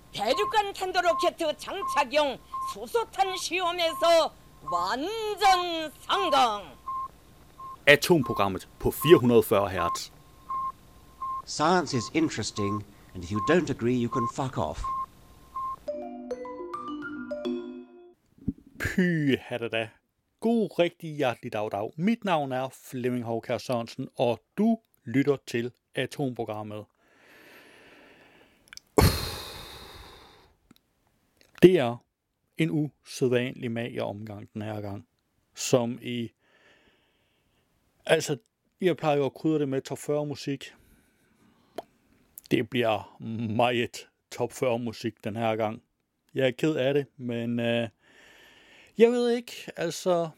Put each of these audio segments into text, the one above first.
대륙간 탄도로켓 장착용 수소탄 시험에서 완전 성공. Atomprogrammet på 440 Hz. Science is interesting, and if you don't agree, you can fuck off. Pyhatte da. God rigtig hjertelig dag. Mit navn er Flemming Hovkær Sørensen, og du lytter til Atomprogrammet. Det er en usædvanlig mager omgang den her gang. Som i... Altså, jeg plejer jo at krydre det med top 40 musik. Det bliver meget top 40 musik den her gang. Jeg er ked af det, men jeg ved ikke, altså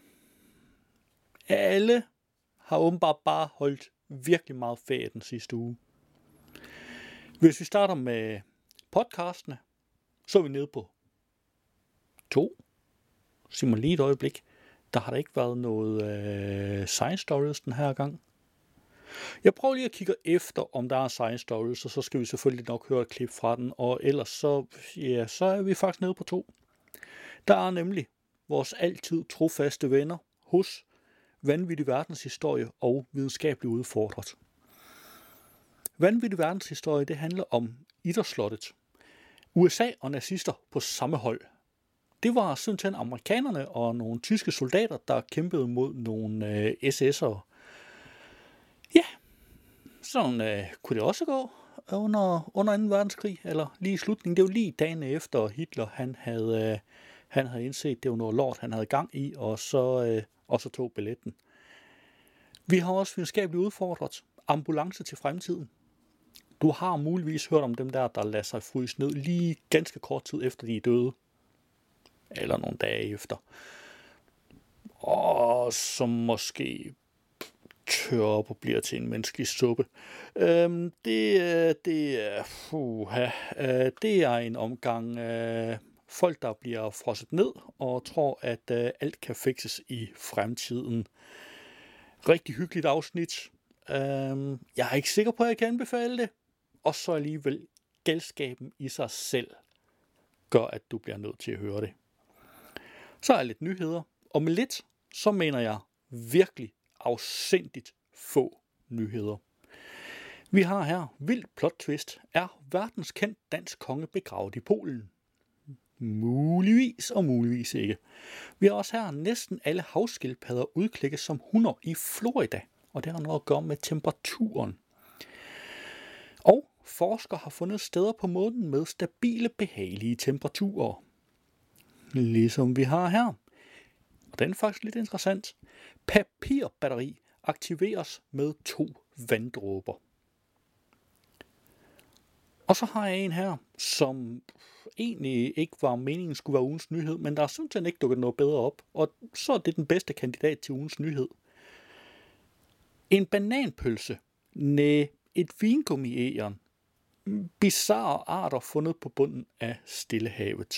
alle har åbenbart bare holdt virkelig meget ferie den sidste uge. Hvis vi starter med podcastene, så er vi nede på 2. Sig mig lige et øjeblik. Der har der ikke været noget Science Stories den her gang. Jeg prøver lige at kigge efter, om der er Science Stories, og så skal vi selvfølgelig nok høre et klip fra den, og ellers så er vi faktisk nede på 2. Der er nemlig vores altid trofaste venner hos Vanvittig Verdenshistorie og Videnskabeligt Udfordret. Vanvittig Verdenshistorie, det handler om Idrætsslottet. USA og nazister på samme hold. Det var simpelthen amerikanerne og nogle tyske soldater, der kæmpede mod nogle SS'ere. Ja, sådan kunne det også gå under 2. verdenskrig, eller lige i slutningen. Det var lige dagen efter Hitler, han havde indset, det var noget lort, han havde gang i, og så tog billetten. Vi har også videnskabeligt udfordret ambulance til fremtiden. Du har muligvis hørt om dem der lader sig fryse ned lige ganske kort tid efter de er døde. Eller nogle dage efter. Og som måske tør op og bliver til en menneskelig suppe. Det er en omgang folk, der bliver frosset ned og tror, at alt kan fikses i fremtiden. Rigtig hyggeligt afsnit. Jeg er ikke sikker på, at jeg kan anbefale det. Og så alligevel galskaben i sig selv gør, at du bliver nødt til at høre det. Så er lidt nyheder. Og med lidt, så mener jeg virkelig afsindigt få nyheder. Vi har her vild plot twist. Er verdenskendt dansk konge begravet i Polen? Muligvis og muligvis ikke. Vi har også her næsten alle havskildpadder udklækket som hunder i Florida. Og det har noget at gøre med temperaturen. Og forskere har fundet steder på månen med stabile, behagelige temperaturer. Ligesom vi har her. Og den er faktisk lidt interessant. Papirbatteri aktiveres med 2 vanddråber. Og så har jeg en her, som egentlig ikke var meningen skulle være ugens nyhed, men der er simpelthen ikke dukket noget bedre op. Og så er det den bedste kandidat til ugens nyhed. En bananpølse. Næh, et vingummi-egern. Bizarre arter fundet på bunden af Stillehavet.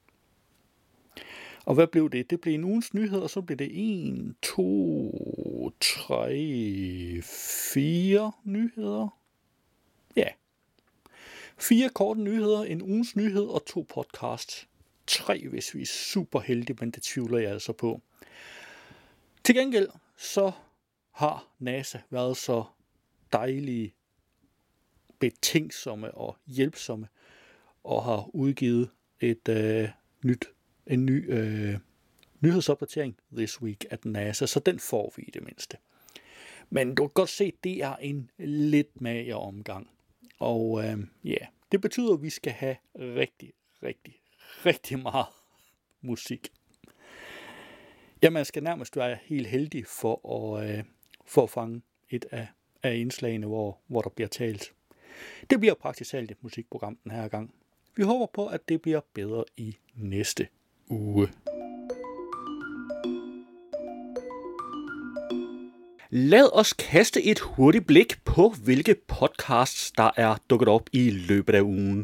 Og hvad blev det? Det blev en ugens nyhed, og så blev det 1, 2, 3, 4 nyheder. Ja. 4 korte nyheder, en ugens nyhed og 2 podcasts. 3, hvis vi er super heldige, men det tvivler jeg altså på. Til gengæld så har NASA været så dejlige, betænksomme og hjælpsomme og har udgivet en ny nyhedsopdatering this week at NASA, så den får vi i det mindste. Men du kan godt se, at det er en lidt mager omgang. Og det betyder, at vi skal have rigtig, rigtig, rigtig meget musik. Ja, man skal nærmest være helt heldig for at fange et af indslagene, hvor der bliver talt. Det bliver praktisk talt et musikprogram den her gang. Vi håber på, at det bliver bedre i næste uge. Lad os kaste et hurtigt blik på, hvilke podcasts, der er dukket op i løbet af ugen.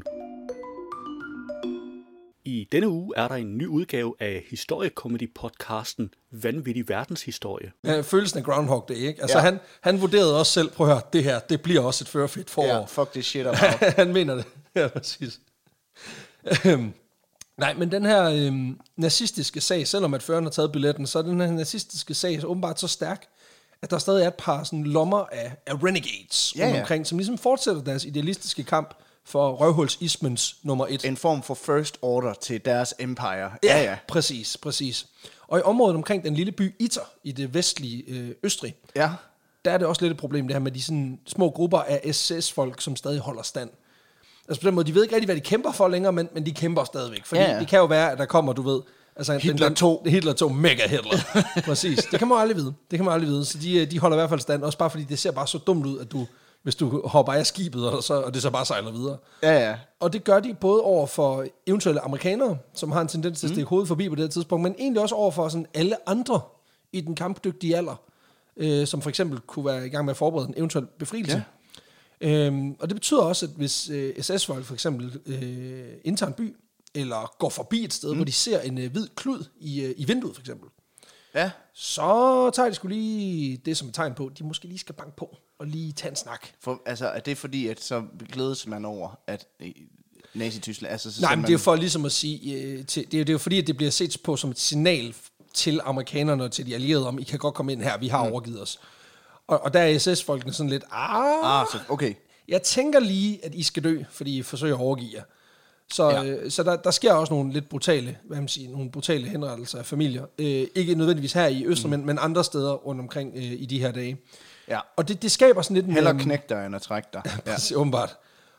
I denne uge er der en ny udgave af historiekomedy-podcasten Vanvittig Verdenshistorie. Ja, følelsen af Groundhog Day, ikke? Altså ja. han vurderede også selv, prøv at høre, det her, det bliver også et førerfedt forår. Ja, fuck this shit about. Han mener det. Ja, præcis. Nej, men den her nazistiske sag, selvom at føreren har taget billetten, så er den her nazistiske sag så åbenbart så stærk, at der stadig er et par sådan lommer af renegades omkring, som ligesom fortsætter deres idealistiske kamp for røvhulsismens nummer 1. En form for first order til deres empire. Ja. Præcis. Og i området omkring den lille by Iter i det vestlige Østrig, Ja. der er det også lidt et problem, det her med de sådan små grupper af SS-folk, som stadig holder stand. Altså på den måde, de ved ikke rigtig, hvad de kæmper for længere, men de kæmper stadigvæk. Fordi det kan jo være, at der kommer, du ved... Altså, Hitler 2, mega Hitler. Præcis. Det kan man aldrig vide. Så de holder i hvert fald stand, også bare fordi det ser bare så dumt ud, at hvis du hopper af skibet, og det så bare sejler videre. Ja. Og det gør de både over for eventuelle amerikanere, som har en tendens til at stikke hovedet forbi på det her tidspunkt, men egentlig også over for sådan alle andre i den kampdygtige alder, som for eksempel kunne være i gang med at forberede en eventuel befrielse. Ja. Og det betyder også, at hvis SS-folk for eksempel indtager en by, eller går forbi et sted, hvor de ser en hvid klud i vinduet for eksempel, så tager de sgu lige det som et tegn på, at de måske lige skal banke på og lige tage en snak. For, altså, er det fordi, at så glædes man over, at Nazi-Tyskland... Altså, så nej, men det er jo for ligesom at sige... det er jo fordi, at det bliver set på som et signal til amerikanerne og til de allierede om, I kan godt komme ind her, vi har overgivet os. Og der er SS-folkene sådan lidt... så, okay. Jeg tænker lige, at I skal dø, fordi I forsøger at overgive jer. Så der sker også nogle lidt brutale, nogle brutale henrettelser af familier. Ikke nødvendigvis her i Østrig, men andre steder rundt omkring i de her dage. Ja. Og det skaber sådan lidt... Hellere knæk dig, end at trække dig. Præcis, åbenbart.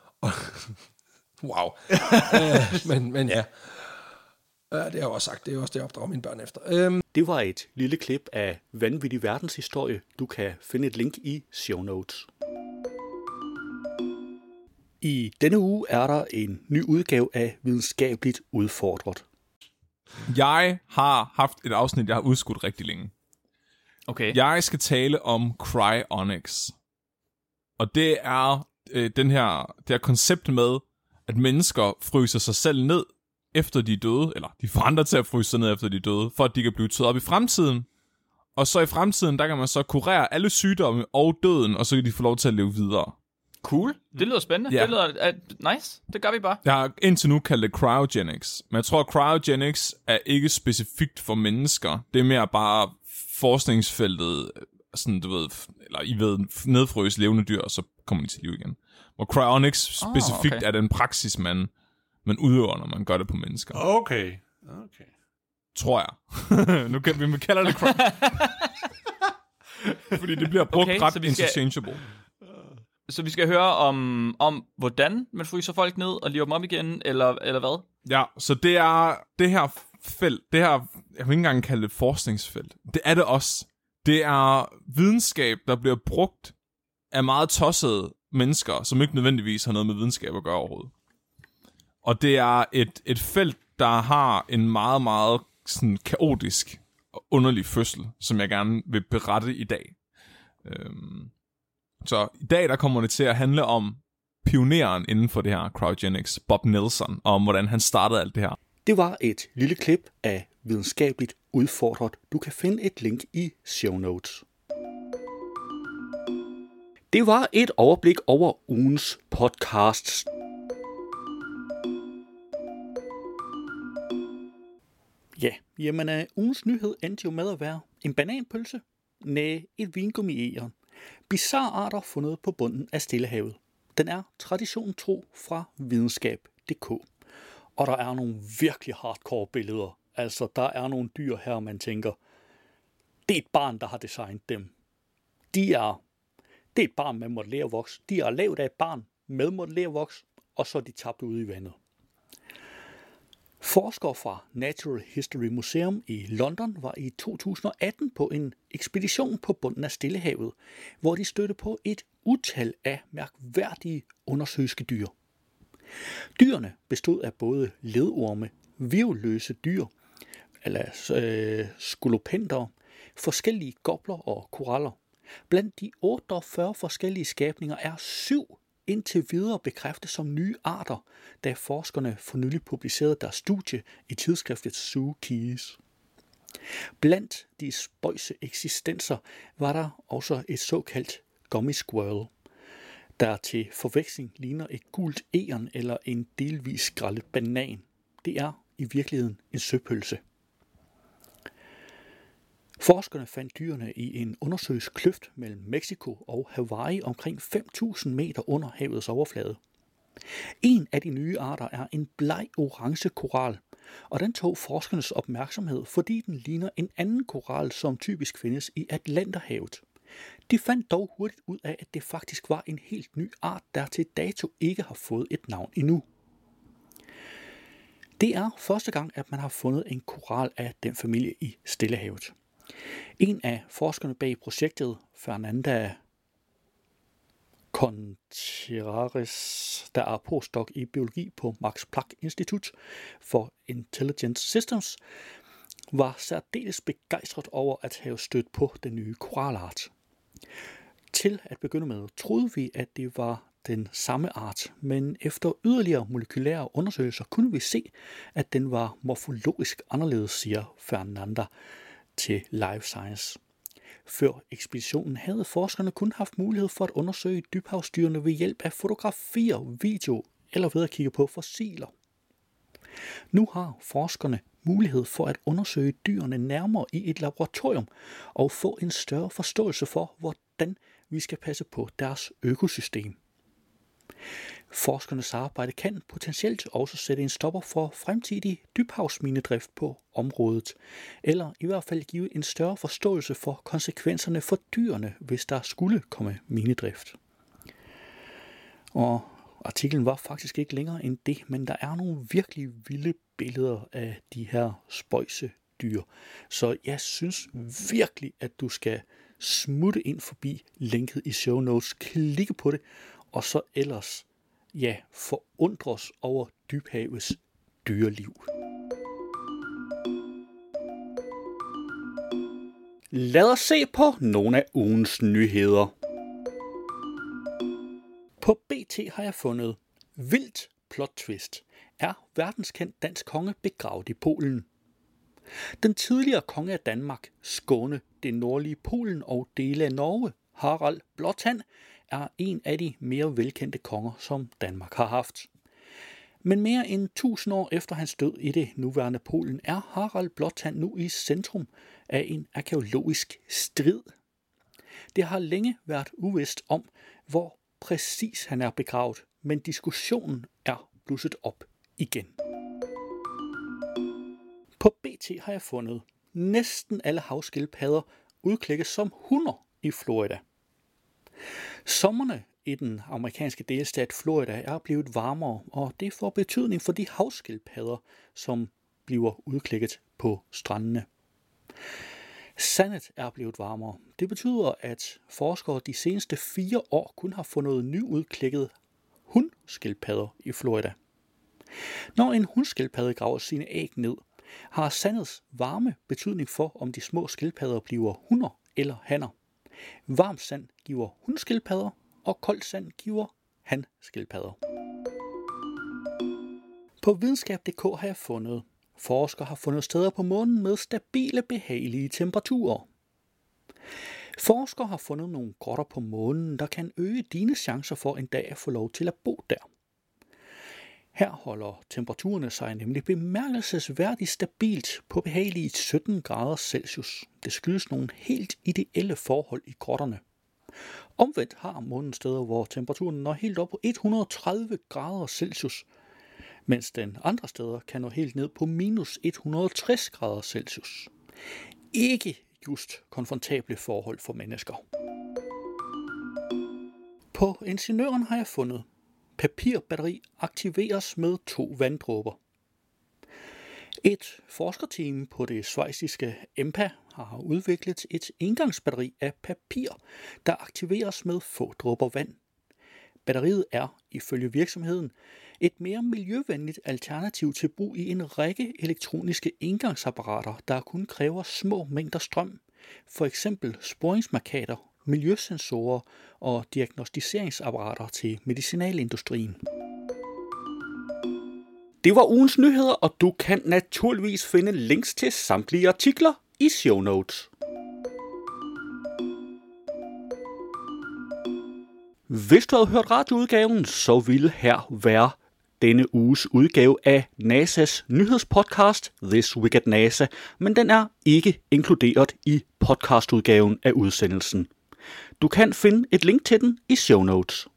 Wow. Men ja. Det har jeg også sagt. Det er også det, jeg opdrager mine børn efter. Det var et lille klip af vanvittig verdenshistorie. Du kan finde et link i show notes. I denne uge er der en ny udgave af Videnskabeligt Udfordret. Jeg har haft et afsnit, jeg har udskudt rigtig længe. Okay. Jeg skal tale om cryonics. Og det er det her koncept med, at mennesker fryser sig selv ned, efter de er døde, eller de får andre til at fryse sig ned, efter de er døde, for at de kan blive taget op i fremtiden. Og så i fremtiden, der kan man så kurere alle sygdomme og døden, og så kan de få lov til at leve videre. Cool. Det lyder spændende. Ja. Det lyder nice. Det gør vi bare. Jeg har indtil nu kaldt det cryogenics, men jeg tror, at cryogenics er ikke specifikt for mennesker. Det er mere bare forskningsfeltet, sådan du ved, eller I ved, nedfrøse levende dyr, og så kommer de til liv igen. Hvor cryonics specifikt er den praksis, man udøver, når man gør det på mennesker. Okay. Tror jeg. Nu kan vi kalder det fordi det bliver brugt ret interchangeable. Så vi skal høre om hvordan man fryser folk ned og lever dem op igen, eller hvad? Ja, så det er det her felt, det her, jeg vil ikke engang kalde det forskningsfelt. Det er det også. Det er videnskab, der bliver brugt af meget tossede mennesker, som ikke nødvendigvis har noget med videnskab at gøre overhovedet. Og det er et felt, der har en meget, meget sådan kaotisk og underlig fødsel, som jeg gerne vil berette i dag. Så i dag, der kommer det til at handle om pioneren inden for det her cryogenics, Bob Nelson, og om hvordan han startede alt det her. Det var et lille klip af Videnskabeligt Udfordret. Du kan finde et link i show notes. Det var et overblik over ugens podcasts. Ja, jamen ugens nyhed endte jo med at være en bananpølse, næh, et vingummi-egern. Bizarre arter fundet på bunden af Stillehavet. Den er traditionen tro fra videnskab.dk. Og der er nogle virkelig hardcore billeder. Altså, der er nogle dyr her, man tænker, det er et barn, der har designet dem. Det er et barn med modellervoks. De er lavet af et barn med modellervoks, og så er de tabt ude i vandet. Forskere fra Natural History Museum i London var i 2018 på en ekspedition på bunden af Stillehavet, hvor de stødte på et utal af mærkværdige undersøiske dyr. Dyrene bestod af både ledorme, hvirvelløse dyr, eller skolopendere, forskellige gobler og koraller. Blandt de 48 forskellige skabninger er 7 indtil videre bekræftet som nye arter, da forskerne for nylig publicerede deres studie i tidsskriftet Zoo Keys. Blandt de spøjse eksistenser var der også et såkaldt gummy squirrel. der til forveksling ligner et gult egern eller en delvis skrællet banan. Det er i virkeligheden en søpølse. Forskerne fandt dyrene i en undersøisk kløft mellem Mexico og Hawaii omkring 5.000 meter under havets overflade. En af de nye arter er en bleg orange koral, og den tog forskernes opmærksomhed, fordi den ligner en anden koral, som typisk findes i Atlanterhavet. De fandt dog hurtigt ud af, at det faktisk var en helt ny art, der til dato ikke har fået et navn endnu. Det er første gang, at man har fundet en koral af den familie i Stillehavet. En af forskerne bag projektet, Fernanda Contreras, der er postdoc i biologi på Max Planck Institute for Intelligent Systems, var særdeles begejstret over at have stødt på den nye koralart. Til at begynde med troede vi, at det var den samme art, men efter yderligere molekylære undersøgelser kunne vi se, at den var morfologisk anderledes, siger Fernanda til Live Science. Før ekspeditionen havde forskerne kun haft mulighed for at undersøge dybhavsdyrene ved hjælp af fotografier, video eller ved at kigge på fossiler. Nu har forskerne mulighed for at undersøge dyrene nærmere i et laboratorium og få en større forståelse for, hvordan vi skal passe på deres økosystem. Forskernes arbejde kan potentielt også sætte en stopper for fremtidig dybhavsminedrift på området, eller i hvert fald give en større forståelse for konsekvenserne for dyrene, hvis der skulle komme minedrift. Og artiklen var faktisk ikke længere end det, men der er nogle virkelig vilde billeder af de her spøjsedyr. Så jeg synes virkelig, at du skal smutte ind forbi linket i show notes, klikke på det, og så ellers, forundres over dybhavets dyreliv. Lad os se på nogle af ugens nyheder. På BT har jeg fundet vildt plot twist. Er verdenskendt dansk konge begravet i Polen? Den tidligere konge af Danmark, Skåne, det nordlige Polen og dele af Norge, Harald Blåtand, er en af de mere velkendte konger, som Danmark har haft. Men mere end 1000 år efter hans død i det nuværende Polen, er Harald Blåtand nu i centrum af en arkæologisk strid. Det har længe været uvist om, hvor præcis han er begravet, men diskussionen er blusset op igen. På BT har jeg fundet næsten alle havskildpadder udklækkes som hunder i Florida. Sommerne i den amerikanske delstat Florida er blevet varmere, og det får betydning for de havskildpadder, som bliver udklækket på strandene. Sandet er blevet varmere. Det betyder, at forskere de seneste 4 år kun har fundet nyudklækket hundskildpadder i Florida. Når en hundskildpadde graver sine æg ned, har sandets varme betydning for, om de små skildpadder bliver hunner eller hanner. Varmt sand giver hundskildpadder, og koldt sand giver hanskildpadder. På videnskab.dk har jeg fundet, forskere har fundet steder på månen med stabile, behagelige temperaturer. Forskere har fundet nogle grotter på månen, der kan øge dine chancer for en dag at få lov til at bo der. Her holder temperaturerne sig nemlig bemærkelsesværdigt stabilt på behagelige 17 grader Celsius. Det skyldes nogle helt ideelle forhold i grotterne. Omvendt har månen steder, hvor temperaturen når helt op på 130 grader Celsius, mens den andre steder kan nå helt ned på minus 160 grader Celsius. Ikke just komfortable forhold for mennesker. På Ingeniøren har jeg fundet, papirbatteri aktiveres med 2 vanddråber. Et forskerteam på det schweiziske EMPA har udviklet et engangsbatteri af papir, der aktiveres med få dråber vand. Batteriet er, ifølge virksomheden, et mere miljøvenligt alternativ til brug i en række elektroniske engangsapparater, der kun kræver små mængder strøm, for eksempel sporingsmarkader, miljøsensorer og diagnostiseringsapparater til medicinalindustrien. Det var ugens nyheder, og du kan naturligvis finde links til samtlige artikler i show notes. Hvis du havde hørt radioudgaven, så ville her være denne uges udgave af NASA's nyhedspodcast This Week at NASA, men den er ikke inkluderet i podcastudgaven af udsendelsen. Du kan finde et link til den i show notes.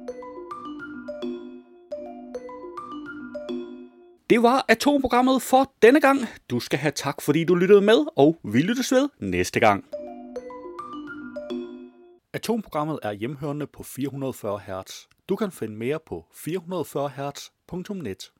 Det var Atomprogrammet for denne gang. Du skal have tak, fordi du lyttede med, og vi lyttes ved næste gang. Atomprogrammet er hjemhørende på 440 Hz. Du kan finde mere på 440hz.net.